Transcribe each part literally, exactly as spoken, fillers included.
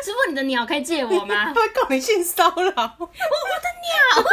师傅，你的鸟可以借我吗？ 他会告你性骚扰。我我的鸟。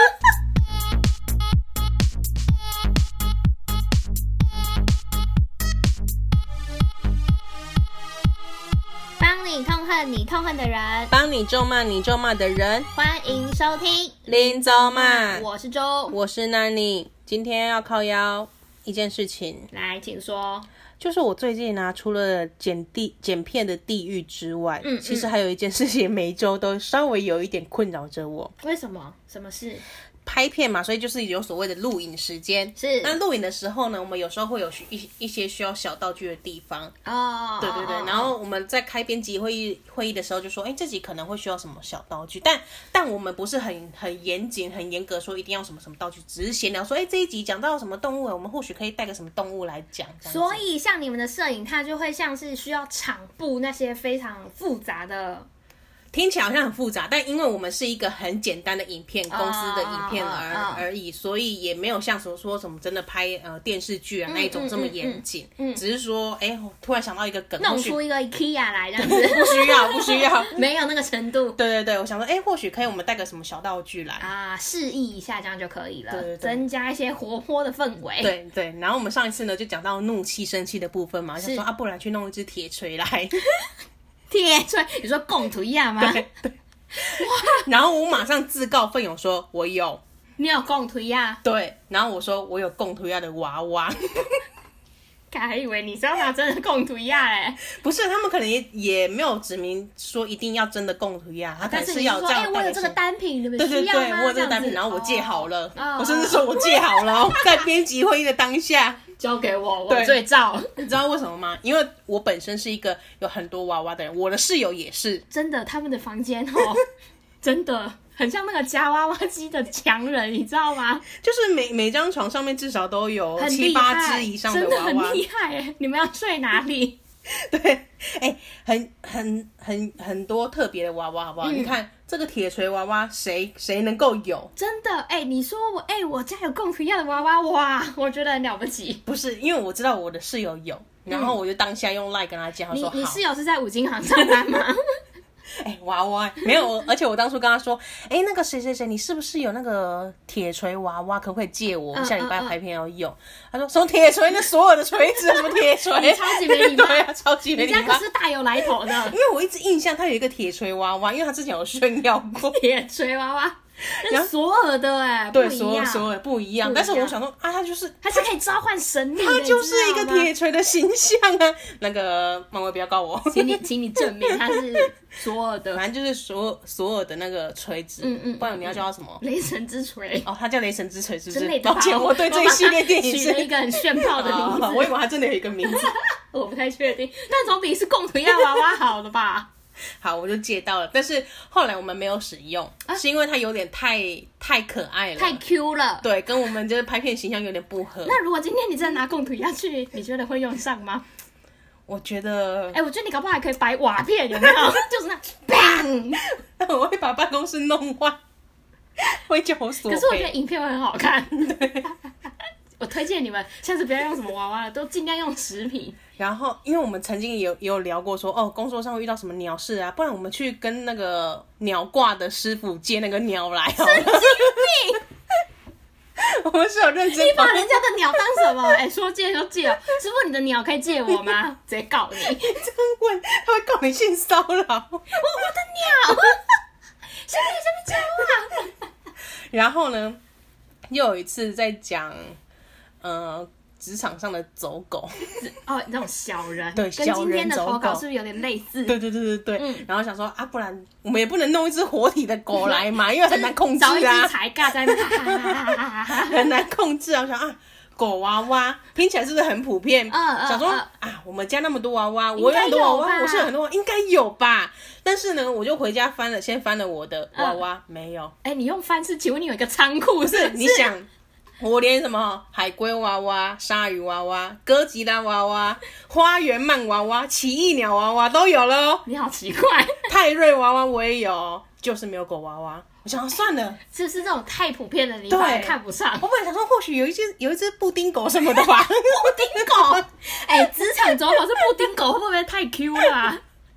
帮你痛恨你痛恨的人， 帮你咒骂你咒骂的人。 欢迎收听林咒骂， 我是周， 我是 Nani。今天要靠腰一件事情， 来，请说。 就是我最近啊，除了剪地剪片的地狱之外， 嗯嗯其实还有一件事情，每一周都稍微有一点困扰着我。 为什么？什么事？ 拍片嘛，所以就是有所谓的录影时间。 是。 那录影的时候呢，我们有时候会有一一些需要小道具的地方。 哦。 对对对。 哦、 然后我们在开编辑会议会议的时候就说，哎，这集可能会需要什么小道具，但但我们不是很很严谨、很严格说一定要什么什么道具，只是闲聊说，哎，这一集讲到什么动物，我们或许可以带个什么动物来讲。 所以像你们的摄影，它就会像是需要场布那些非常复杂的。 听起来好像很复杂，但因为我们是一个很简单的影片公司的影片而、 oh, oh, oh, oh. 而已，所以也没有像什么说什么真的拍呃电视剧啊、嗯、那一种这么严谨。嗯，嗯只是说，哎、欸，突然想到一个梗， 弄出一个 IKEA 来这样子， 不需要，不需要， 没有那个程度。 对对对，我想说，哎、欸，或许可以我们带个什么小道具来啊，示意一下这样就可以了， 对对对， 增加一些活泼的氛围。 对对，然后我们上一次呢就讲到怒气生气的部分嘛，想说啊，不然去弄一只铁锤来。 铁锤？你说共图一样吗？ 对对。然后我马上自告奋勇说我有。 你有共图呀？ 对，然后我说我有共图亚的娃娃。 还以为你是要拿真的共图亚嘞？ 不是，他们可能 也, 也没有指明说一定要真的共图亚，他可能是要这样。 哎、欸，我有这个单品，你们需要吗？ 对对对，我有这个单品，然后我借好了， 哦、 我甚至说我借好了，在编辑会议的当下交给我，我最照。 你知道为什么吗？因为我本身是一个有很多娃娃的人，我的室友也是。 真的，他们的房间哦，真的。很像那个夹娃娃机的强人，你知道吗？ 就是每每张床上面至少都有七八只以上的娃娃， 真的很厉害耶！你们要睡哪里？ 对，哎、欸，很很很很多特别的娃娃，好不好？嗯、你看这个铁锤娃娃，谁谁能够有？ 真的，哎、欸，你说我，哎、欸，我家有共同样的娃娃，哇，我觉得很了不起。 不是，因为我知道我的室友有，然后我就当下用 LINE 跟他讲，他说你你室友是在五金行上班吗？ 哎、欸，娃娃没有，而且我当初跟他说，哎、欸，那个谁谁谁，你是不是有那个铁锤娃娃？可不可以借我？我下礼拜拍片要用。嗯嗯嗯、他说什么铁锤？那所有的锤子什么铁锤？ 你超级没礼貌， 对啊，超级没礼貌。 你家可是大有来头的。 因为我一直印象他有一个铁锤娃娃，因为他之前有炫耀过铁锤娃娃。那是索尔的哎、欸， 对，索尔索尔不一样。但是我想说啊，他就是他是可以召唤神力的， 他就是一个铁锤的形象啊。那个漫威不要告我， 请你请你证明他是索尔的， 反正就是索索尔的那个锤子。嗯嗯，不然你要叫他什么？ 雷神之锤。 哦，他叫雷神之锤是不是？ 真的抱歉，我对这一系列电影取了一个很炫炮的名字。 哦、我以为他真的有一个名字， 我不太确定，但总比是共同样娃娃好的吧。 好，我就借到了，但是后来我们没有使用，啊、是因为它有点太太可爱了， 太 Q 了， 对，跟我们就是拍片形象有点不合。 那如果今天你真的拿共图下去，你觉得会用上吗？ 我觉得， 哎、欸，我觉得你搞不好还可以摆瓦片，有没有？就是那，砰！ 我会把办公室弄坏，会叫我锁。 可是我觉得影片会很好看， 对。 我推荐你们下次不要用什么娃娃了，都尽量用食品。 然后，因为我们曾经也有也有聊过说，哦，工作上会遇到什么鸟事啊，不然我们去跟那个鸟挂的师傅借那个鸟来好了。 神经病！ 我们是有认真。 你把人家的鸟当什么？哎、欸，说借就借哦。师傅，你的鸟可以借我吗？直接告你。这样问，他会告你性骚扰。我我的鸟，现在在什么叫啊？ 然后呢，又有一次在讲。呃，职场上的走狗哦，那种小人， 对， 跟今天的投稿是不是有点类似？ 对对对对对。嗯、然后想说啊，不然我们也不能弄一只活体的狗来嘛，因为很难控制啊。 找一只才尬在那， 很难控制啊。我想啊，狗娃娃听起来是不是很普遍？嗯嗯。想说、嗯、啊，我们家那么多娃娃，我有很多娃娃，我是有很多娃娃，应该有吧？但是呢，我就回家翻了，先翻了我的娃娃，嗯、没有。 哎、欸，你用翻是？请问你有一个仓库是不是？ 你想。我连什么海龟娃娃、鲨鱼娃娃、哥吉拉娃娃、花园鳗娃娃、奇异鸟娃娃都有了。 你好奇怪， 泰瑞娃娃我也有，就是没有狗娃娃。我想算了， 是不是这种太普遍的你反而看不上？ 我本来想说，或许有一只有一只布丁狗什么的吧。 布丁狗，哎、欸，职场走狗是布丁狗，会不会太 Q 了、啊？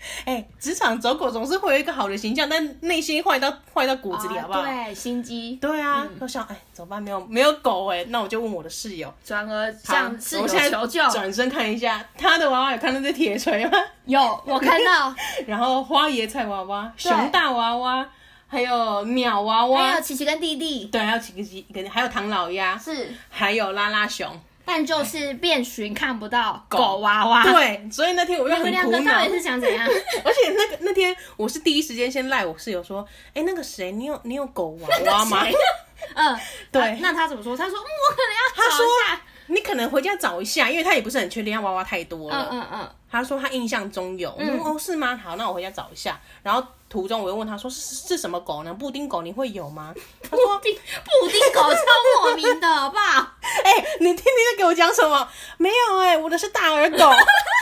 哎、欸，职场走狗总是会有一个好的形象，但内心坏到坏到骨子里，好不好？ 对，心机。 对啊，我、嗯、想，哎、欸，怎么办？没有没有狗哎、欸，那我就问我的室友， 转而向室友求救。 转身看一下，他的娃娃有看到这铁锤吗？ 有，我看到。 然后花椰菜娃娃、熊大娃娃，还有鸟娃娃， 还有琪琪跟弟弟， 对，还有琪琪跟，还有唐老鸭， 是， 还有拉拉熊。 但就是遍寻看不到狗娃娃， 对，所以那天我又很苦恼。你们两个到底是想怎样？ 而且那个那天我是第一时间先赖我室友说，哎、欸，那个谁，你有你有狗娃娃吗？ 嗯， 对、 啊。那他怎么说？他说，嗯，我可能要找一下。 你可能回家找一下，因为他也不是很确定，他娃娃太多了。 嗯嗯嗯。 他说他印象中有，嗯、哦是吗？好，那我回家找一下。然后途中我又问他说是是什么狗呢？布丁狗你会有吗？他说布丁布丁狗超莫名的，好不好？ 哎、欸，你听听他给我讲什么？没有哎、欸，我的是大耳狗。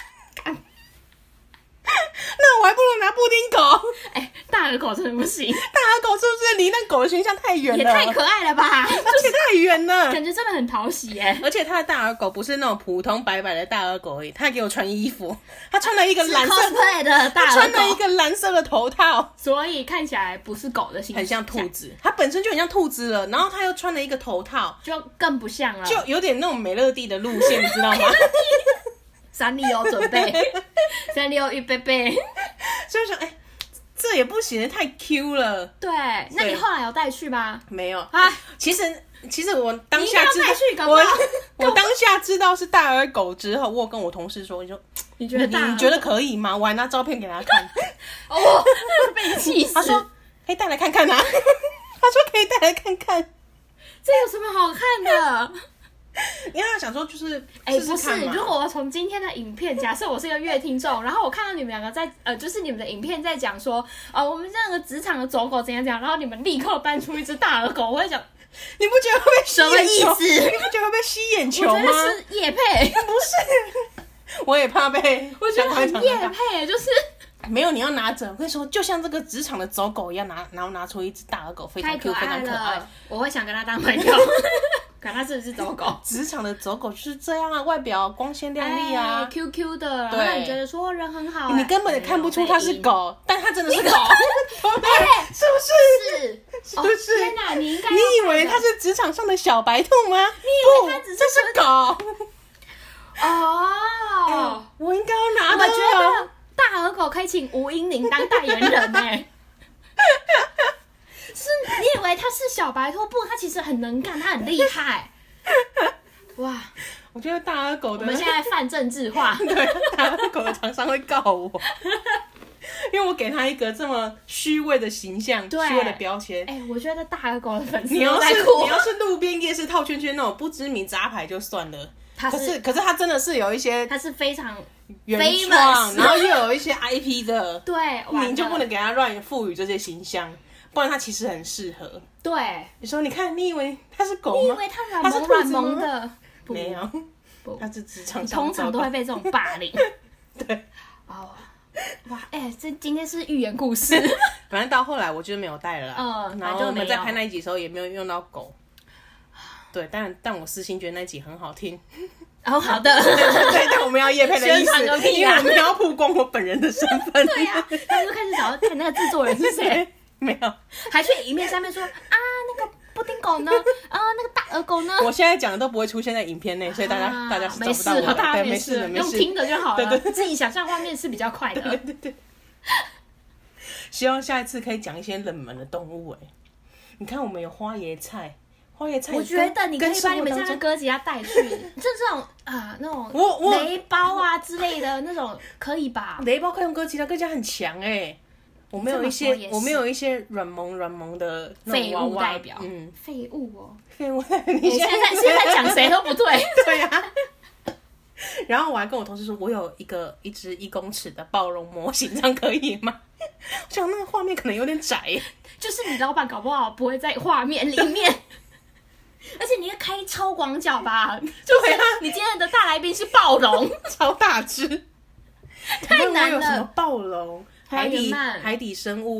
那我还不如拿布丁狗。 哎、欸，大耳狗真的不行。 大耳狗是不是离那狗的形象太远了？ 也太可爱了吧！ 而且太远了， 感觉真的很讨喜耶。 而且他的大耳狗不是那种普通白白的大耳狗而已，他还给我穿衣服，他穿了一个蓝色 cosplay 的大耳狗， 他穿了一个蓝色的头套， 所以看起来不是狗的形象， 很像兔子。他本身就很像兔子了，然后他又穿了一个头套， 就更不像了， 就有点那种美乐蒂的路线，你知道吗？ 三丽鸥准备，三丽鸥预备备， 所以我想，哎、欸，这也不行，太 Q 了。 对，那你后来有带去吗？ 没有啊，其实其实我当下知道， 我我当下知道是大耳狗之后，我跟我同事说，你说你觉得大你觉得可以吗？我还拿照片给他看， 哦，被气死。 他说可以带来看看啊，他说可以带来看看， 这有什么好看的？ 因为他想说就是哎、欸，不是，如果我从今天的影片，假设我是一个乐听众，然后我看到你们两个在呃，就是你们的影片在讲说，呃，我们这个职场的走狗怎样怎样，然后你们立刻搬出一只大耳狗，我会讲， 你不觉得会被吸眼球？ 什么意思？ 你不觉得会被吸眼球吗？ 我觉得是业配， 不是，我也怕被， 我觉得很业配，就是。 没有，你要拿着。我跟你说，就像这个职场的走狗一样，拿然后拿出一只大耳狗，非常 Q， 非常可爱。 我会想跟他当朋友，看他是不是走狗。职场的走狗就是这样啊，外表光鲜亮丽啊、 哎、，Q Q 的，然后你觉得说人很好、欸， 你根本也看不出它是狗，但它真的是狗，对，是不是？ 是， 是不是？ 天哪，你应该你以为它是职场上的小白兔吗？ 你以为它只是这是狗？ 哦、 欸，我应该要拿的。 我觉得。大耳狗可以请吴英玲当代言人哎、欸，是你以为他是小白兔？不，他其实很能干，他很厉害。哇， 我觉得大耳狗的， 我们现在泛政治化， 对，大耳狗的厂商会告我，因为我给他一个这么虚伪的形象、虚伪的标签。 哎、欸，我觉得大耳狗的粉丝你要是哭你要是路边夜市套圈圈那种不知名杂牌就算了， 可是可是他真的是有一些， 他是非常。 原创，然后又有一些 I P 的， 对， 你就不能给他乱赋予这些形象，不然他其实很适合。 对， 你说，你看，你以为他是狗吗？ 你以为他软萌软萌的？ 没有，他是职场上通常都会被这种霸凌。 对， 哦，哇，哎、欸，这今天是寓言故事。 反正到后来我就没有带了啦， 嗯， 然后我们在拍那一集的时候也没有用到狗。对，但但我私心觉得那集很好听。 哦，好的， 对对对，但我们要业配的意思， 宣传个屁啊！ 因为我们要曝光我本人的身份。 对呀、啊，他就开始找看那个制作人是谁， 没有， 还去影片下面说啊，那个布丁狗呢？啊，那个大耳狗呢？ 我现在讲的都不会出现在影片内，所以大家、啊、大家是找不到我的， 大家没事的，没事， 用听的就好了。 对对对， 自己想象画面是比较快的。 对对对。希望下一次可以讲一些冷门的动物哎、欸，你看我们有花椰菜。花椰菜， 我觉得你可以把你们家的哥吉拉带去，就这种啊那种雷包啊之类的那种，可以吧？ 雷包可以用哥吉拉，哥吉拉很强哎、欸。我没有一些，我没有一些软萌软萌的废物代表， 嗯， 废物哦， 废物代表。 你现在现在讲谁都不对， 对呀、啊。然后我还跟我同事说，我有一个一只一公尺的暴龙模型，这样可以吗？我想那个画面可能有点窄， 就是你老板搞不好不会在画面里面。而且你要开超广角吧？就是你今天的大来宾是暴龙， 超大只， 太难了。 有什么暴龙、海底海海底生物，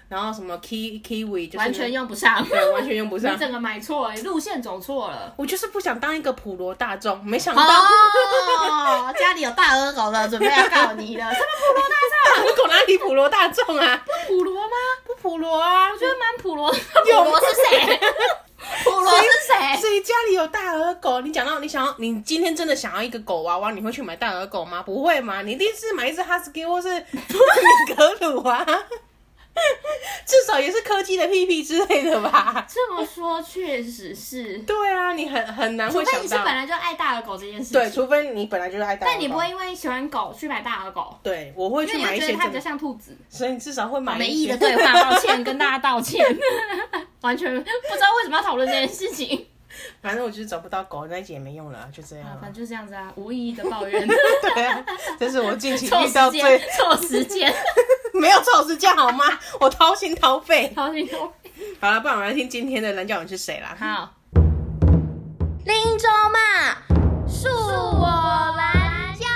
然后什么 ki kiwi 就是完全用不上， 对，完全用不上。 你整个买错了，路线走错了。 我就是不想当一个普罗大众，没想到、 哦、家里有大耳狗的，准备要告你了。什么普罗大众？ 大耳狗哪里普罗大众啊？ 不普罗吗？ 不普罗啊， 我觉得蛮普罗的。普罗是谁？普罗是谁？ 谁家里有大耳狗？你讲到你想要，你今天真的想要一个狗娃娃，你会去买大耳狗吗？不会嘛，你一定是买一只哈士奇或是米格鲁啊。至少也是科技的屁屁之类的吧。 这么说确实是。 对啊，你很很难会想到。 除非你是本来就爱大耳狗这件事情。 对，除非你本来就是爱大耳狗。 但你不会因为喜欢狗去买大耳狗。 对，我会去买一些。 因为你觉得它比较像兔子， 所以你至少会买一些。 没意义的对话，抱歉，跟大家道歉。完全不知道为什么要讨论这件事情。 反正我就是找不到狗，那一集也没用了，就这样、啊。 反正就这样子啊，无意义的抱怨。 对啊，这是我近期遇到最错时间， 没有错时间好吗？我掏心掏肺， 掏心掏肺。 好了，不然我们来听今天的蓝教人是谁啦。 好，林州嘛，恕我蓝教，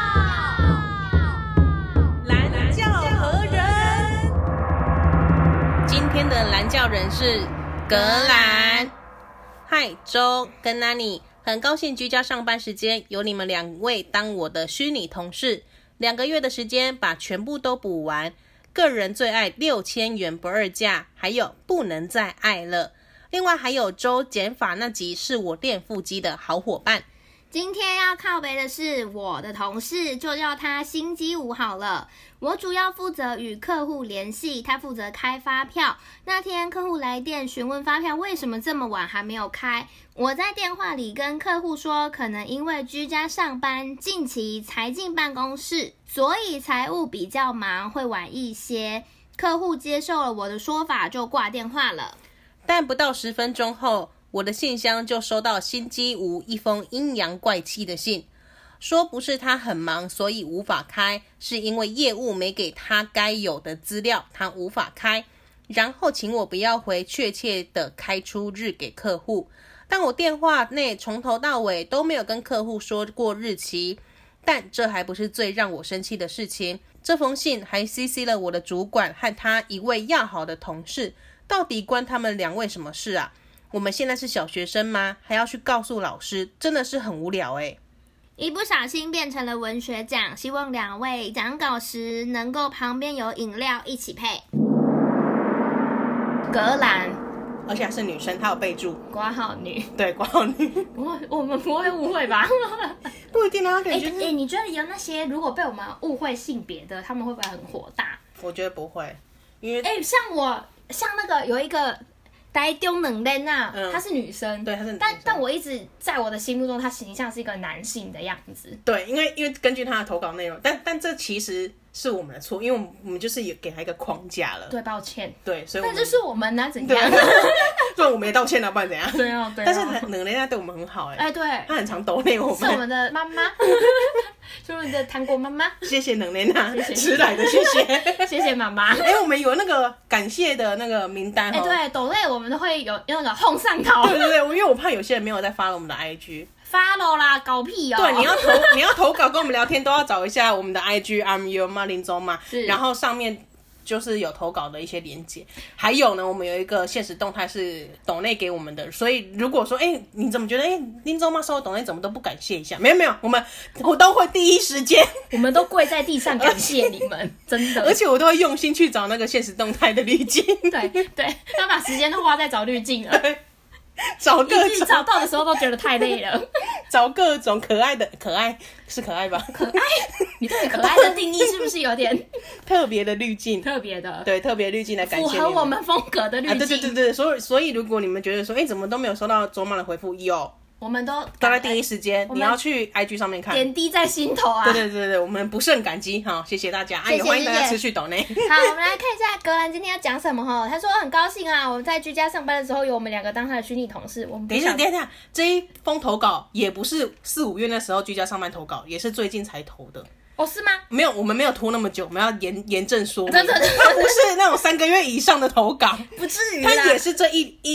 蓝教何人？今天的蓝教人是格兰。嗨，周跟 Nani， 很高兴居家上班时间有你们两位当我的虚拟同事，两个月的时间把全部都补完。个人最爱六千元不二价，还有不能再爱了。另外还有周减法那集是我练腹肌的好伙伴。 今天要靠北的是我的同事，就叫他心机五好了。我主要负责与客户联系，他负责开发票。那天客户来电询问发票为什么这么晚还没有开，我在电话里跟客户说，可能因为居家上班，近期才进办公室，所以财务比较忙，会晚一些。客户接受了我的说法，就挂电话了。 但不到十分钟后，我的信箱就收到心机无一封阴阳怪气的信，说不是他很忙所以无法开，是因为业务没给他该有的资料，他无法开，然后请我不要回确切的开出日给客户。但我电话内从头到尾都没有跟客户说过日期。但这还不是最让我生气的事情，这封信还 C C 了我的主管和他一位要好的同事，到底关他们两位什么事啊？我们现在是小学生吗？还要去告诉老师，真的是很无聊欸。 一不小心变成了文学奖，希望两位讲稿时能够旁边有饮料一起配。格兰， 而且还是女生，她有备注括号女， 对，括号女。 我我们不会误会吧？ 不一定啊，感觉、 欸欸、你觉得有那些如果被我们误会性别的，他们会不会很火大？ 我觉得不会，因为哎、欸，像我像那个有一个台中冷人啊，她、嗯、是女生， 对，她是女生， 但但我一直在我的心目中，她形象是一个男性的样子。 对，因为因为根据她的投稿内容，但但这其实是我们的错，因为我们我们就是有给她一个框架了。 对，抱歉。 对，所以但这是我们呢、啊，怎样？ 对，我们也道歉了，不然怎样？ 对啊，对啊。 但是冷人家对我们很好哎、欸， 哎、欸，对， 她很常抖内我们， 是我们的妈妈，是我们的糖果妈妈。 谢谢冷人啊，迟来的谢谢， 谢谢妈妈。 哎、欸，我们有那个感谢的那个名单， 哎、欸，对，抖内我们都会有那个哄上头。 对对对，因为我怕有些人没有在发我们的 I G。follow 啦，搞屁哦！ 对，你要投你要投稿跟我们聊天，都要找一下我们的 I G I'm Your Ma 林州嘛，然后上面就是有投稿的一些连结。还有呢，我们有一个限时动态是抖内给我们的，所以如果说哎、欸，你怎么觉得哎、欸，林州妈收抖内怎么都不感谢一下？没有没有，我们我都会第一时间， 我们都跪在地上感谢你们，真的。 而且我都会用心去找那个限时动态的滤镜。 对对，要把时间都花在找滤镜了。 找各种， 一直找到的时候都觉得太累了。 找各种可爱的，可爱是可爱吧？ 可爱，你对可爱的定义是不是有点特别的滤镜？ 特别的， 对，特别滤镜来感谢你们， 符合我们风格的滤镜。啊、 对对对对，所以所以如果你们觉得说，哎，怎么都没有收到周妈的回复，有。我们都都在第一时间，你要去 I G 上面看，点滴在心头啊！对对对对，我们不胜感激哈，谢谢大家，哎，也欢迎大家持续抖内。好，我们来看一下格兰今天要讲什么哈。他说很高兴啊，我们在居家上班的时候有我们两个当他的虚拟同事。我们等一下，等一下，这一封投稿也不是四五月那时候居家上班投稿，也是最近才投的。哦，是吗？没有，我们没有拖那么久，我们要严严正说明，它不是那种三个月以上的投稿，不至于啦。它也是这一一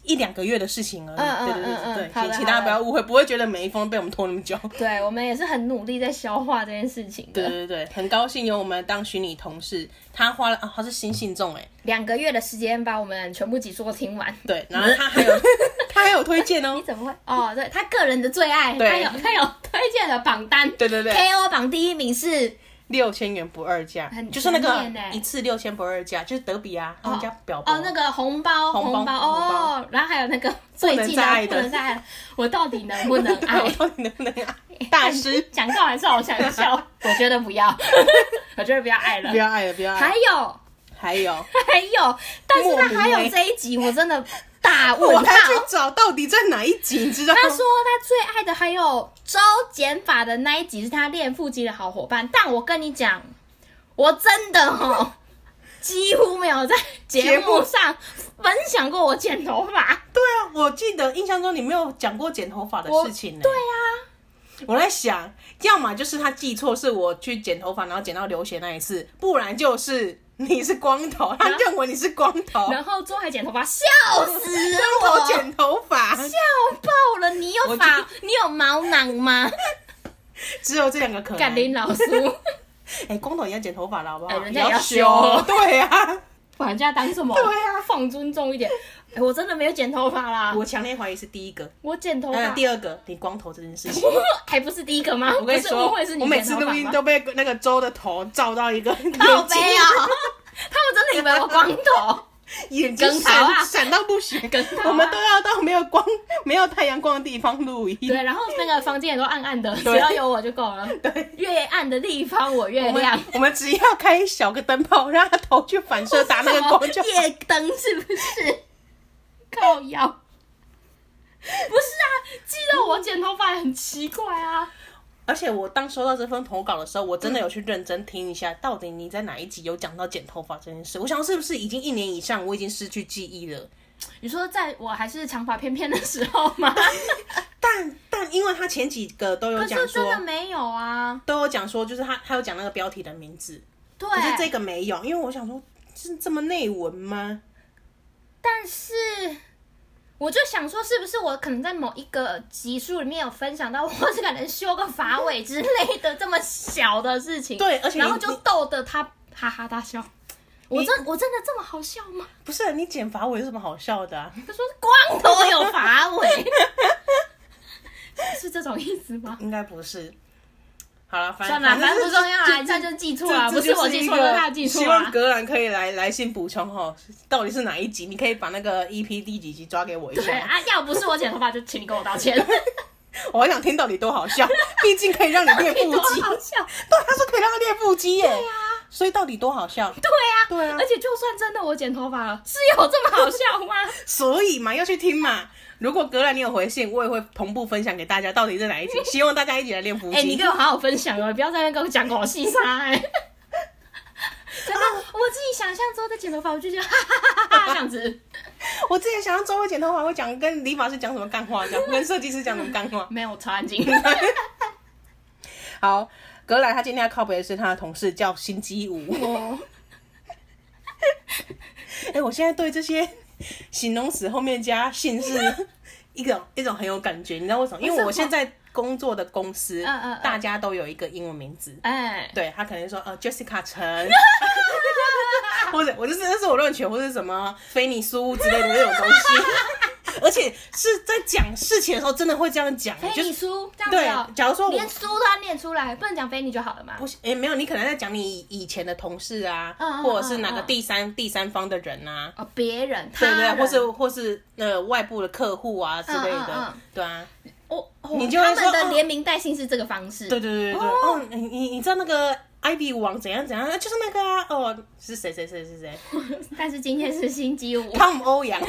一两个月的事情而已。嗯嗯对对对对对， 嗯、 请大家不要误会，不会觉得每一封被我们拖那么久。 对，我们也是很努力在消化这件事情的。 对对对，很高兴有我们当虚拟同事，他花了啊，他是新信众哎， 两个月的时间把我们全部集数都听完。 对，然后他还有他还有推荐哦。 你怎么会？哦，对，他个人的最爱，他有他有推荐的榜单。 对对对 ，K O 榜第一名是。 六千元不二价，就是那个一次六千不二价，就是德比啊，他们家表哦，那个红包红包哦，然后还有那个最近的不能再爱的，我到底能不能爱？ 我到底能不能爱？大师讲到还是好想笑，我觉得不要，我觉得不要爱了， 不要爱了，不要爱了。 还有， 还有， 还有，但是他还有这一集，我真的。大问号！ 我还去找到底在哪一集，你知道吗？ 他说他最爱的还有周减法的那一集是他练腹肌的好伙伴，但我跟你讲，我真的齁几乎没有在节目上分享过我剪头发。 对啊，我记得印象中你没有讲过剪头发的事情呢。 对啊， 我在想，要么就是他记错，是我去剪头发然后剪到流血那一次，不然就是你是光头，他认为你是光头， 然后之后还剪头发，笑死了我！ 光头剪头发， 笑爆了！你有发，你有毛囊吗？ 只有这两个可能。 甘霖老师， 哎、欸，光头也要剪头发了，好不好？ 欸、人家也要修，对呀、啊， 把人家当什么？ 对呀、啊， 放尊重一点。欸、我真的没有剪头发啦！ 我强烈怀疑是第一个， 我剪头发。 呃、第二个，你光头这件事情， 还不是第一个吗？ 我跟你说， 是你我每次录音都被那个周的头照到一个眼睛， 靠背啊！他们真的以为我光头， 眼睛闪闪到不行，我们都要到没有光、没有太阳光的地方录音。 对，然后那个房间也都暗暗的，只要有我就够了。 对， 越暗的地方我越亮。 我们, 我们只要开小个灯泡，让他头去反射打那个光就好。 夜灯是不是？靠腰。不是啊，记得我剪头发也很奇怪啊。 而且我当收到这份投稿的时候，我真的有去认真听一下，到底你在哪一集有讲到剪头发这件事。我想是不是已经一年以上，我已经失去记忆了。 你说在我还是长发翩翩的时候吗？ 但但因为他前几个都有讲说， 可是真的没有啊， 都有讲说，就是他他有讲那个标题的名字， 对， 可是这个没有，因为我想说，是这么内文吗？ 但是。我就想说，是不是我可能在某一个集数里面有分享到，或是可能修个发尾之类的这么小的事情， 对，而且然后就逗得他哈哈大笑。我真我真的这么好笑吗？ 不是，你剪发尾有什么好笑的啊？ 他说光头有发尾，是这种意思吗？ 应该不是。好了， 算了，反正不重要啦，他就记错了，不是我记错，是他记错了。 希望格兰可以来来信补充哈，到底是哪一集？你可以把那个 E P 第几集抓给我一下。 对啊，要不是我剪头发，就请你跟我道歉。 我还想听到底多好笑，毕竟可以让你练腹肌。 好笑， 对，他说可以让他练腹肌耶。 对呀、啊， 所以到底多好笑？ 对呀、啊， 对啊。 而且就算真的我剪头发了，是有这么好笑吗？ 所以嘛，要去听嘛。如果格兰你有回信，我也会同步分享给大家，到底是哪一集？希望大家一起来练腹肌。 哎、欸，你给我好好分享哦，不要在那边跟我讲狗细沙哎。真的，我自己想象之后在剪头发，我就觉得哈哈哈哈哈这样子。 我之前想象周会剪头发会讲跟理发师讲什么干话，这样跟设计师讲什么干话。 没有，我超安静。 好，格兰他今天要靠北的是他的同事叫星期五。哎、欸，我现在对这些形容词后面加姓氏一种一种很有感觉，你知道为什么？因为我现在工作的公司，嗯嗯嗯、大家都有一个英文名字，哎、欸，对他可能说呃 Jessica 陈，或者我就是那是我乱取，或者什么菲尼苏之类的那种东西，而且是在讲事情的时候真的会这样讲， 菲尼苏这样子、喔， 对，假如说我连苏都要念出来，不能讲菲尼就好了嘛？ 不，哎、欸，没有，你可能在讲你以前的同事啊，嗯嗯嗯或者是哪个第三、嗯、第三方的人啊， 哦，别人， 对对，或是或是呃外部的客户啊之类的，嗯嗯嗯对啊。 哦， 你就会说他们的连名带姓是这个方式。 对对对对对，哦，哦你你你知道那个 Ivy 王怎样怎样，就是那个啊，哦，是谁谁谁是谁？ 但是今天是星期五。 Tom 欧阳。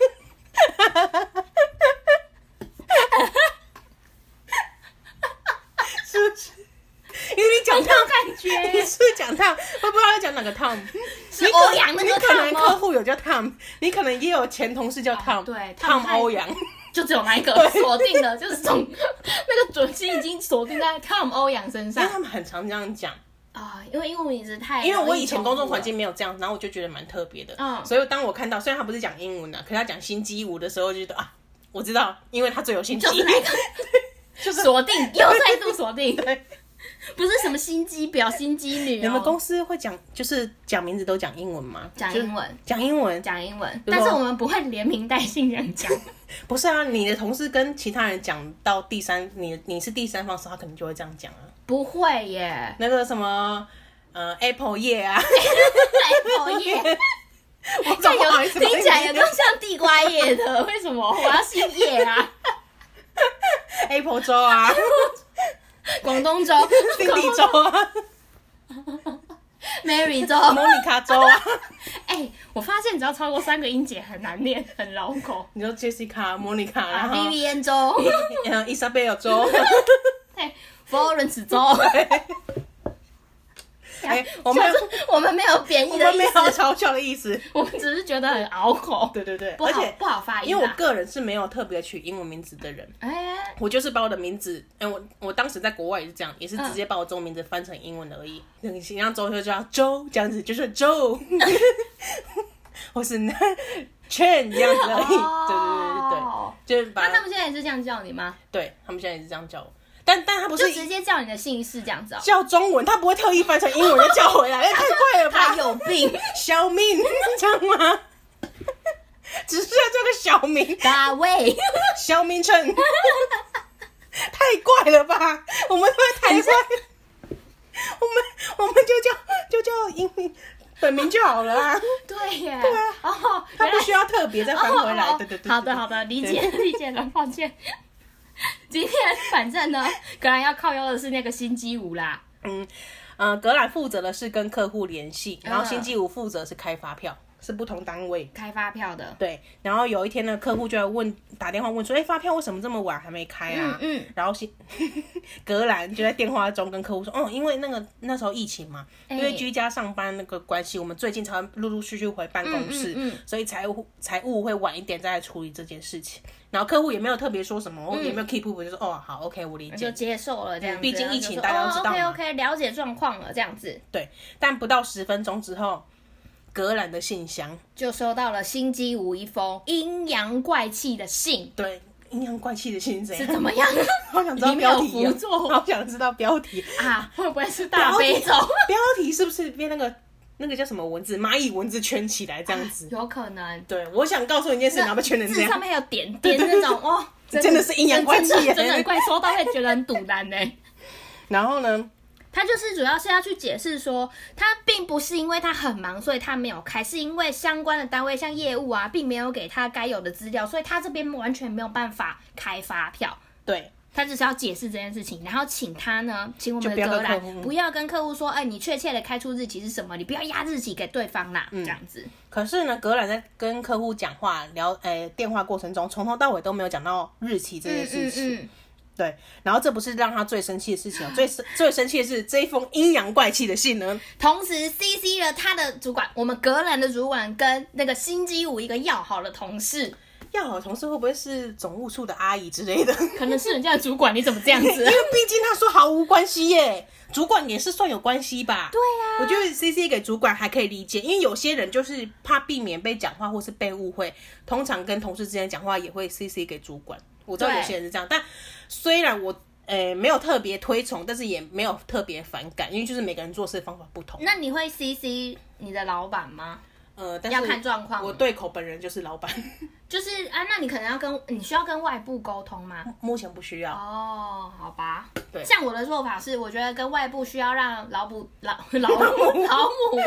是不是？因为你讲 Tom 感觉， 你是不是讲 Tom？我不知道要讲哪个 Tom。 是欧阳那个 Tom 你可能客户有叫 Tom， 你可能也有前同事叫 Tom，、哦、 对 ，Tom 欧阳。 就只有那一个锁定了，就是从那个准心已经锁定在 Tom 欧阳身上。 因为他们很常这样讲， 啊、因为英文名字太…… 因为我以前工作环境没有这样，然后我就觉得蛮特别的。嗯，所以当我看到，虽然他不是讲英文的、啊，可是他讲星期五的时候，就觉得啊，我知道，因为他最有心机， 就是那个，就是锁定，又再度锁定，对，不是什么心机婊、心机女、哦。 你们公司会讲，就是讲名字都讲英文吗？ 讲英文， 讲英文， 讲英文，但是我们不会连名带姓人讲。 不是啊，你的同事跟其他人讲到第三，你你是第三方时，他可能就会这样讲啊。 不会耶， 那个什么，呃 ，Apple 叶啊 ，Apple 叶， 我怎么好意思听起来有点像地瓜叶的，为什么我要姓叶啊 ？Apple 粥啊， 广东粥， 丁地粥啊。 Mary 粥， 莫妮卡粥啊！ 哎、欸，我发现只要超过三个音节很难念，很绕口。 你说 Jessica、莫妮卡，然后 Vivian 粥， 伊莎贝尔粥， 对 ，Florence 粥。 哎、欸，我们我们没有贬义的意思， 我们没有嘲笑的意思， 我们只是觉得很拗口。 对对对， 不好而且不好发音。 因为我个人是没有特别取英文名字的人，哎、欸，我就是把我的名字，哎、欸，我我当时在国外也是这样，也是直接把我中文名字翻成英文的而已。你形象周就叫周这样子，就是周，或是 Chen 这样子而已。哦、对对对对对，就是把。 那他们现在也是这样叫你吗？ 对他们现在也是这样叫我。但但他不是就直接叫你的姓氏这样子、哦， 叫中文，他不会特意翻成英文再叫回来，太快了吧？ 他有病， 小明这样吗？只是要叫个小明， 大卫， 小明称，太怪了吧？我们会太怪，我们我们就叫就叫英本名就好了啊。 对耶， 对啊，哦，他不需要特别再翻回来。 哦、 对对对， 好的好的，理解理解了，抱歉。今天反正呢，格兰要靠腰的是那个星期五啦。 嗯，呃，格兰负责的是跟客户联系，然后星期五负责是开发票，是不同单位开发票的。 对，然后有一天呢，客户就来问，打电话问说，哎、欸，发票为什么这么晚还没开啊？嗯嗯。然后星格兰就在电话中跟客户说，哦，因为那个那时候疫情嘛，欸、因为居家上班那个关系，我们最近才会陆陆续续回办公室，嗯嗯嗯所以财务财务会晚一点再来处理这件事情。然后客户也没有特别说什么，嗯、也没有 keep up， 就说哦好 ，OK， 我理解， 就接受了这样子。 毕竟疫情大家都知道嘛、 哦、，OK OK， 了解状况了这样子。 对，但不到十分钟之后，格兰的信箱就收到了星期五一封阴阳怪气的信。 对，阴阳怪气的信是怎样？ 是怎么样？ 好想知道标题、 哦， 好想知道标题啊！会不会是大悲咒？ 标题是不是变那个？那个叫什么文字？蚂蚁文字圈起来这样子， 有可能。 对，我想告诉你一件事，然后被圈成这样。 字上面有点点那种哦， 真的是阴阳怪气， 真的很怪，收到会觉得很堵然呢。 然后呢， 他就是主要是要去解释说，他并不是因为他很忙，所以他没有开，是因为相关的单位像业务啊，并没有给他该有的资料，所以他这边完全没有办法开发票。 对。 他只是要解释这件事情，然后请他呢，请我们的格兰不要跟客户说，哎、欸，你确切的开出日期是什么？你不要压日期给对方啦，嗯、这样子。 可是呢，格兰在跟客户讲话聊，诶、欸，电话过程中，从头到尾都没有讲到日期这件事情。嗯嗯嗯对，然后这不是让他最生气的事情、喔，最最生气的是这一封阴阳怪气的信呢。 同时 C C 了他的主管，我们格兰的主管跟那个星期五一个要好的同事。 要好的同事会不会是总务处的阿姨之类的？ 可能是人家的主管，你怎么这样子？因为毕竟他说毫无关系耶，主管也是算有关系吧？ 对呀、啊， 我觉得 C C 给主管还可以理解，因为有些人就是怕避免被讲话或是被误会，通常跟同事之间讲话也会 C C 给主管。我知道有些人是这样，但虽然我呃没有特别推崇，但是也没有特别反感，因为就是每个人做事方法不同。 那你会 C C 你的老板吗？ 呃，但是要看状况。 我对口本人就是老板， 就是啊，那你可能要跟你需要跟外部沟通吗？ 目前不需要。 哦，好吧。 对， 像我的做法是，我觉得跟外部需要让老母老老母老母，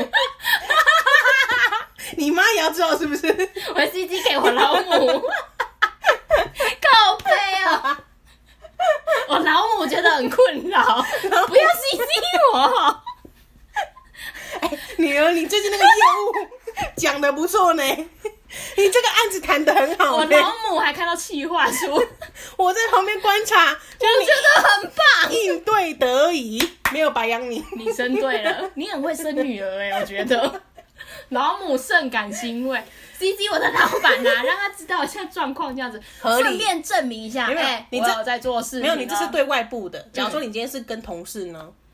你妈也要知道是不是？ 我 C C 给我老母，靠背啊！我老母觉得很困扰，不要 C C 我。 哎、欸，女儿，你最近那个业务讲得不错呢，你这个案子谈得很好。 我老母还看到企划书， 我在旁边观察， 我觉得很棒， 应对得宜，没有白养你。 你生对了，你很会生女儿哎、欸，我觉得老母甚感欣慰。C C 我的老板啊，让他知道一下状况，这样子顺便证明一下，哎、欸，你这有在做事情、啊， 没有，你这是对外部的。假如说你今天是跟同事呢？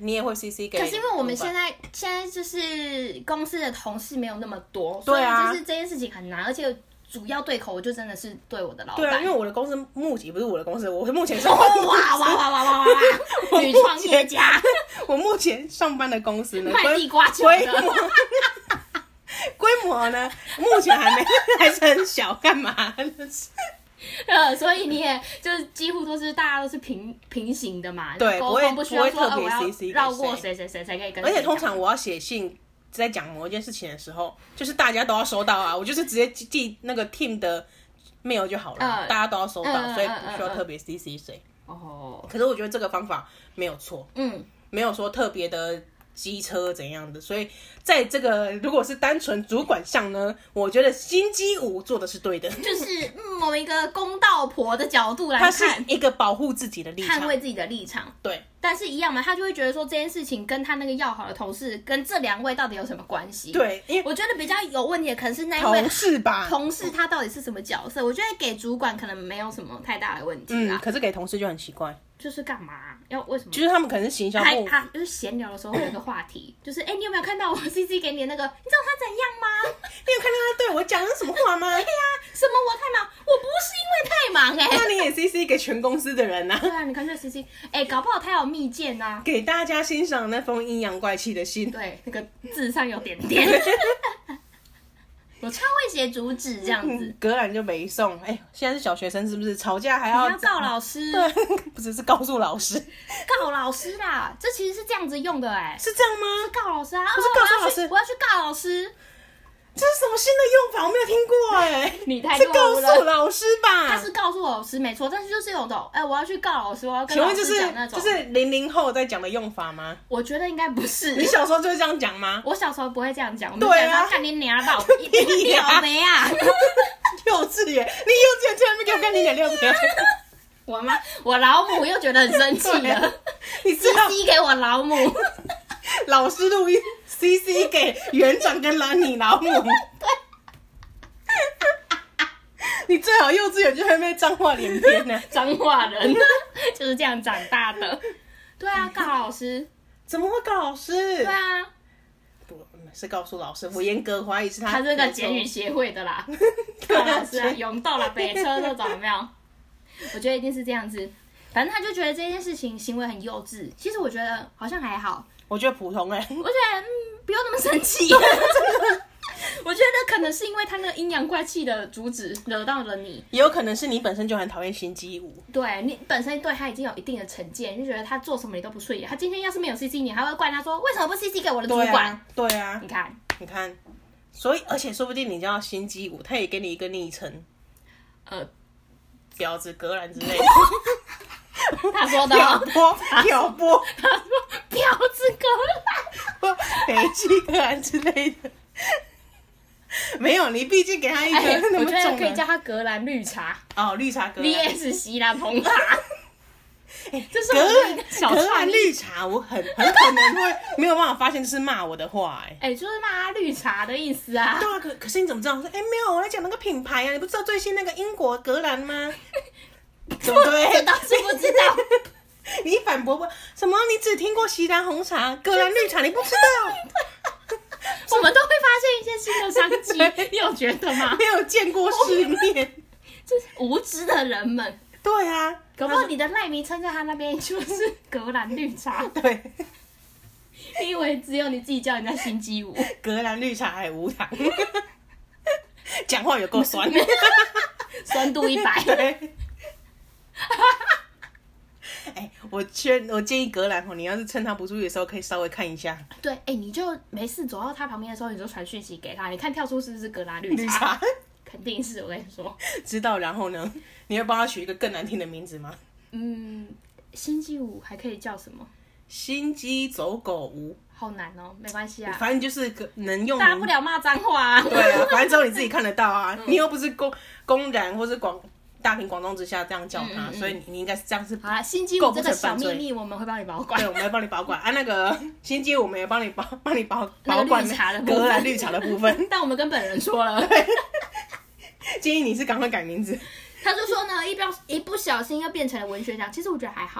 你也会 C C 给。 可是因为我们现在现在就是公司的同事没有那么多， 对啊， 所以就是这件事情很难，而且主要对口我就真的是对我的老板。 对啊，因为我的公司目前不是我的公司，我目前是哇哇哇哇哇哇哇！女创业家， 我目前上班的公司呢， 卖地瓜球规的。 模规模呢，目前还没还是很小，干嘛？ 呃，所以你也就是几乎都是大家都是平平行的嘛， 对， 沟不会不需要说不会特别 C C 呃、绕过谁谁谁才可以跟谁。 而且通常我要写信在讲某一件事情的时候，就是大家都要收到啊，我就是直接寄那个 team 的 mail 就好了，呃、大家都要收到，呃、所以不需要特别 C C 谁。哦，可是我觉得这个方法没有错，嗯，没有说特别的机车怎样的，所以在这个如果是单纯主管上呢，我觉得星期五做的是对的， 就是某一个公道婆的角度来看， 他是一个保护自己的立场， 捍卫自己的立场， 对。 但是一样嘛，他就会觉得说这件事情跟他那个要好的同事跟这两位到底有什么关系？ 对，因为我觉得比较有问题的可能是那一位同事吧， 同事他到底是什么角色？我觉得给主管可能没有什么太大的问题啦， 嗯，可是给同事就很奇怪。 就是干嘛要为什么？ 就是他们可能是行销部， 他就是闲聊的时候会有一个话题，就是哎、欸，你有没有看到我 C C 给你的那个？你知道他怎样吗？ 你有看到他对我讲的什么话吗？ 对呀、啊，什么我太忙？我不是因为太忙哎、 欸。那你也 C C 给全公司的人啊？ 对啊，你看这 C C， 哎、欸，搞不好他有密件啊， 给大家欣赏那封阴阳怪气的信。 对，那个字上有点点。我超会写主旨这样子， 格兰就没送。哎、欸，现在是小学生是不是？吵架还要你要告老师？ 对，不只是告诉老师， 告老师啦。这其实是这样子用的哎、欸， 是这样吗？ 是告老师啊， 不是告诉老师， 我要去告老师。 这是什么新的用法？我没有听过哎、欸。 你太是告诉老师吧？ 他是告诉老师没错，但是就是有种哎、欸，我要去告老师，我要跟老师讲那种。 就是零零后在讲的用法吗？ 我觉得应该不是。 你小时候就是这样讲吗？ 我小时候不会这样讲，我们讲说干你娘老你老没啊！ 幼稚园，你幼稚园居然没给我干你娘六年。 我妈，我老母又觉得很生气了。 你知道 C C 给我老母， 老师录音 C C 给园长跟老你老母。对。你最好幼稚园就还没脏话连篇呢， 脏话人就是这样长大的。对啊，告老师怎么会告老师？ 对啊， 不是告诉老师，我严格怀疑是他。 他是个检语协会的啦，告老师啊，永豆啦、北车那种有没有？我觉得一定是这样子。反正他就觉得这件事情行为很幼稚，其实我觉得好像还好。 我觉得普通哎、欸， 我觉得嗯，不用那么生气。我觉得可能是因为他那个阴阳怪气的主旨惹到了你， 也有可能是你本身就很讨厌星期五， 对你本身对他已经有一定的成见，就觉得他做什么你都不顺眼。他今天要是没有 C C 你，还会怪他说为什么不 C C 给我的主管？ 对啊，对啊， 你看， 你看，所以而且说不定你叫星期五，他也给你一个昵称，呃，婊子格兰之类的。 他说的挑拨，挑拨， 他说婊子格兰， 北极格兰之类的。没有，你毕竟给他一个那么重的、欸、 我觉得可以叫他格兰绿茶哦，绿茶格兰 V S 希腊红茶。 欸、 这是我格兰绿茶，我很很可能会没有办法发现这是骂我的话、欸，哎、 欸，就是骂他绿茶的意思啊。 对啊，可可是你怎么知道？我说，哎、欸，没有，我在讲那个品牌啊，你不知道最新那个英国格兰吗？对不对？ 这倒是不知道。 你反驳不什么？你只听过锡兰红茶、格兰绿茶，你不知道？ 我们都会发现一些新的商机，你有觉得吗？ 没有見過世面， 就是无知的人們。 對啊， 搞不好你的賴名稱在他那邊就是格蘭綠茶。 對， 你以為只有你自己叫人家星期五？ 格蘭綠茶還無糖，講話有夠酸， 酸度一百。 對。哎、欸，我劝我建議格蘭哦，你要是趁他不注意的時候，可以稍微看一下。 對，哎、欸，你就沒事走到他旁邊的時候，你就傳訊息給他，你看跳出是不是格蘭綠茶？ 綠茶肯定是，我跟你說。 知道，然後呢？你會幫他取一個更難聽的名字嗎？ 嗯，星期五還可以叫什麼？ 心機走狗舞。 好難哦，沒關係啊。 反正就是能用。 大不了罵髒話啊。 對啊，反正只有你自己看得到啊，嗯、你又不是公公然或是廣。大庭廣眾之下這樣叫他，嗯嗯嗯，所以你應該是這樣是。 好啦，心機舞這個小秘密我們會幫你保管。 對，我們會幫你保管啊。那個心機我們也幫你保，幫你保保管綠茶的格蘭綠茶的部分。 但我們跟本人說了， 建議你是趕快改名字。 他就說呢，一不一不小心又變成了文學獎，其實我覺得還好。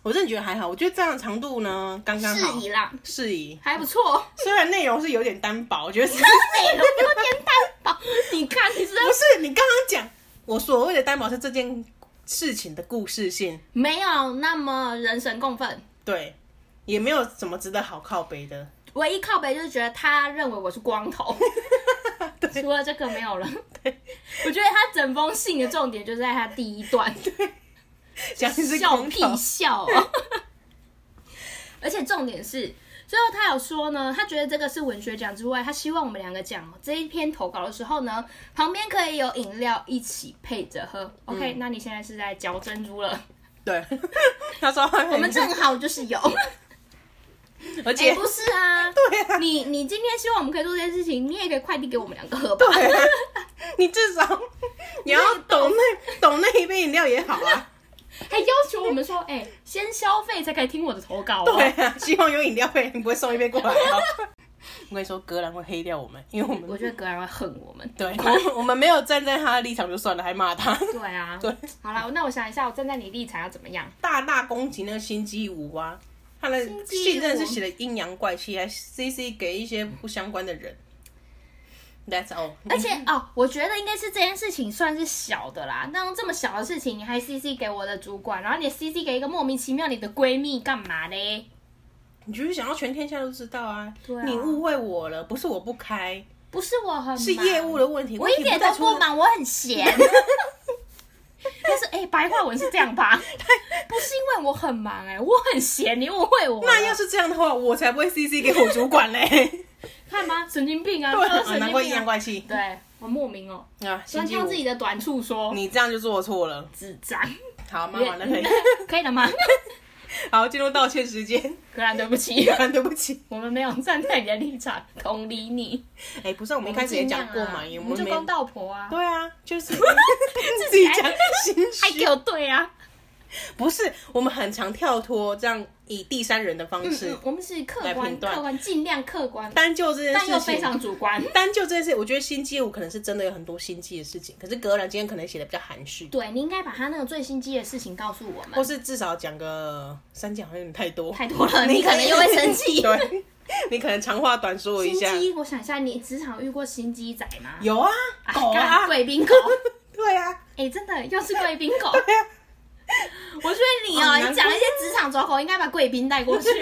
我真的觉得还好，我觉得这样的长度呢刚刚好， 适宜啦， 适宜， 还不错。 虽然内容是有点单薄，我觉得是内容有点单薄。你看，你是不是你刚刚讲我所谓的单薄是这件事情的故事性， 没有那么人神共愤， 对，也没有什么值得好靠北的。 唯一靠北就是觉得他认为我是光头，除了这个没有了。对，我觉得他整封信的重点就在他第一段， 对，讲是笑屁笑哦。而且重点是，最后他有说呢，他觉得这个是文学奖之外，他希望我们两个讲这一篇投稿的时候呢，旁边可以有饮料一起配着喝。嗯、OK， 那你现在是在嚼珍珠了？ 对，他说我们正好就是有。 而且、 欸、不是啊， 对啊， 你你今天希望我们可以做这件事情，你也可以快递给我们两个喝吧。 对啊，你至少你要懂那懂那一杯饮料也好啊。 还要求我们说，哎、欸，先消费才可以听我的投稿、哦。 对啊，希望有饮料费，你不会送一杯过来哦。我跟你说，格兰会黑掉我们，因为我们我觉得格兰会恨我们。 对，我们没有站在他的立场就算了，还骂他。 对啊， 对。 好啦，那我想一下，我站在你立场要怎么样？ 大大攻击那个心机舞啊！他的信真的是写的阴阳怪气，还 C C 给一些不相关的人。That's all。 而且哦，我觉得应该是这件事情算是小的啦。那这么小的事情，你还 C C 给我的主管，然后你 C C 给一个莫名其妙你的闺蜜，干嘛嘞？ 你就是想要全天下都知道啊！ 对啊， 你误会我了，不是我不开， 不是我很忙， 是业务的问题。 我一点都不忙，我很闲。但是哎、欸，白话文是这样吧？不是因为我很忙哎、欸，我很闲，你误会我。 那要是这样的话，我才不会 C C 给我主管嘞。 看吧，神经病啊！ 对啊， 神经病啊， 难怪阴阳怪气。 对，我莫名哦、喔， 啊， 专挑自己的短处说。 你这样就做错了， 智障。 好，骂完了可以， 可以了吗？ 好，进入道歉时间。 格兰，对不起， 格兰，对不起， 我们没有站在你的立场同理你。 哎、欸，不是，我们一开始也讲过嘛， 我们就公道婆啊。 对啊，就是自己讲心虚， 还给我对啊。 不是，我们很常跳脱这样以第三人的方式、嗯嗯， 我们是客观，客观尽量客观， 单就这件事情， 但又非常主观。 单就这件事，我觉得心机舞可能是真的有很多心机的事情，可是格兰今天可能写的比较含蓄。 对，你应该把他那个最心机的事情告诉我们， 或是至少讲个三件，好像有点太多， 太多了，你可能又会生气。 对，你可能长话短说一下。 心机，我想一下，你职场遇过心机仔吗？ 有啊，狗啊， 贵宾狗。 对啊， 哎、欸，真的又是贵宾狗。 对啊。 我觉得你哦、喔，你讲一些职场走狗，应该把贵宾带过去。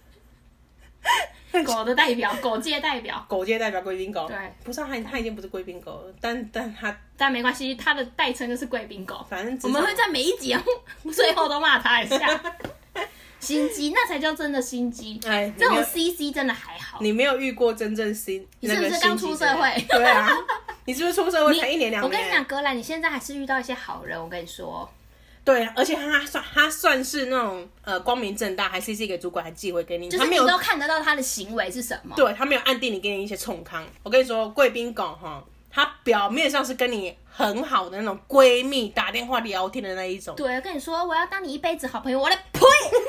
狗的代表，狗界代表， 狗界代表贵宾狗。 对， 不是他，他已经不是贵宾狗了，但但他但没关系，他的代称就是贵宾狗。 反正我们会在每一集最后都骂他一下。心机，那才叫真的心机。哎，这种 C C 真的还好。 你没有遇过真正心， 你是不是刚出社会？ 对啊，你是不是出社会才一年两年？ 我跟你讲，格兰，你现在还是遇到一些好人。我跟你说。 对，而且他算他算是那种呃光明正大，还 C C 给主管，还寄回给你， 就是你都看得到他的行为是什么。 对，他没有暗地里给你一些冲康。我跟你说，贵宾狗哈，他表面上是跟你很好的那种闺蜜，打电话聊天的那一种。 对，我跟你说，我要当你一辈子好朋友，我来呸！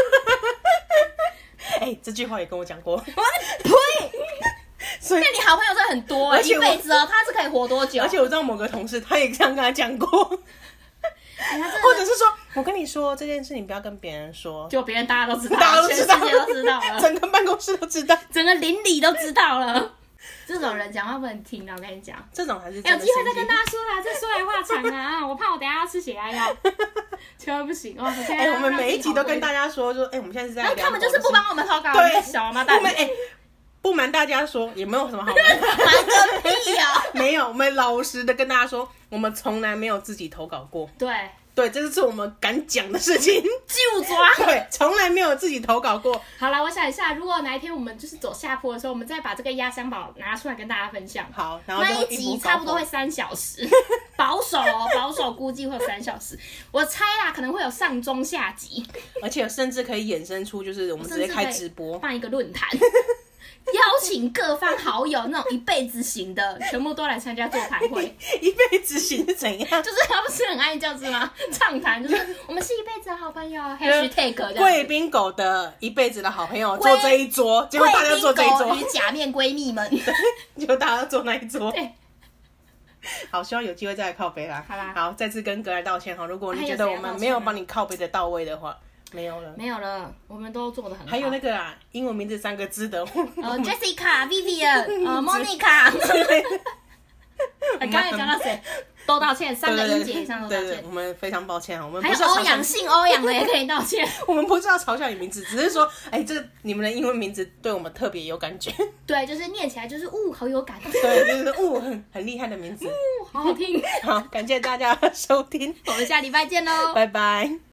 哎、欸，这句话也跟我讲过，我来呸！所以你好朋友真的很多、欸，一辈子哦，他是可以活多久？ 而且我知道某个同事，他也这样跟他讲过。或者是说，我跟你说这件事，你不要跟别人说， 就别人大家都知道， 大家都知道， 全世界都知道了， 整个办公室都知道， 整个邻里都知道了。这种人讲话不能听啊！我跟你讲， 这种还是有机会再跟大家说啦，这说来话长啊！我怕我等一下要吃血压药，千万不行哦！ 哎、欸，我们每一集都跟大家说，就哎、欸，我们现在是在聊， 然后他们就是不帮我们投稿， 对， 小王八蛋。 我们哎。欸不瞒大家说，也没有什么好瞒的。 瞒个屁啊！ 没有，我们老实的跟大家说，我们从来没有自己投稿过。 对对，这是我们敢讲的事情。 就抓。 对，从来没有自己投稿过。 好啦，我想一下，如果哪一天我们就是走下坡的时候，我们再把这个压箱宝拿出来跟大家分享。 好，然后那一集差不多会三小时，保守哦，保守估计会有三小时。我猜啦，可能会有上中下集， 而且甚至可以衍生出，就是我们直接开直播， 办一个论坛。邀请各方好友，那种一辈子型的，全部都来参加座谈会。 一辈子型是怎样？ 就是他不是很爱叫是吗？畅谈就是我们是一辈子的好朋友 ，#hashtag 贵宾狗的一辈子的好朋友坐这一桌，结果大家坐这一桌。 与假面闺蜜们， 结果大家坐那一桌。 对。 好，希望有机会再来靠北啦。 好啦， 好，再次跟格莱道歉哈。如果你觉得我们没有帮你靠北的到位的话。 没有了， 没有了，我们都做得很好。 还有那个啊，英文名字三个字的， 呃，Jessica、Vivian、呃，Monica。刚才讲到谁？都道歉，三个音节以上都道歉。 对对，我们非常抱歉啊，我们还有欧阳姓欧阳的也可以道歉。 我们不是要嘲笑你名字，只是说，哎，这个你们的英文名字对我们特别有感觉。 对，就是念起来就是呜，好有感。 对，就是呜，很很厉害的名字。 呜，好好听。 好，感谢大家的收听， 我们下礼拜见喽， 拜拜。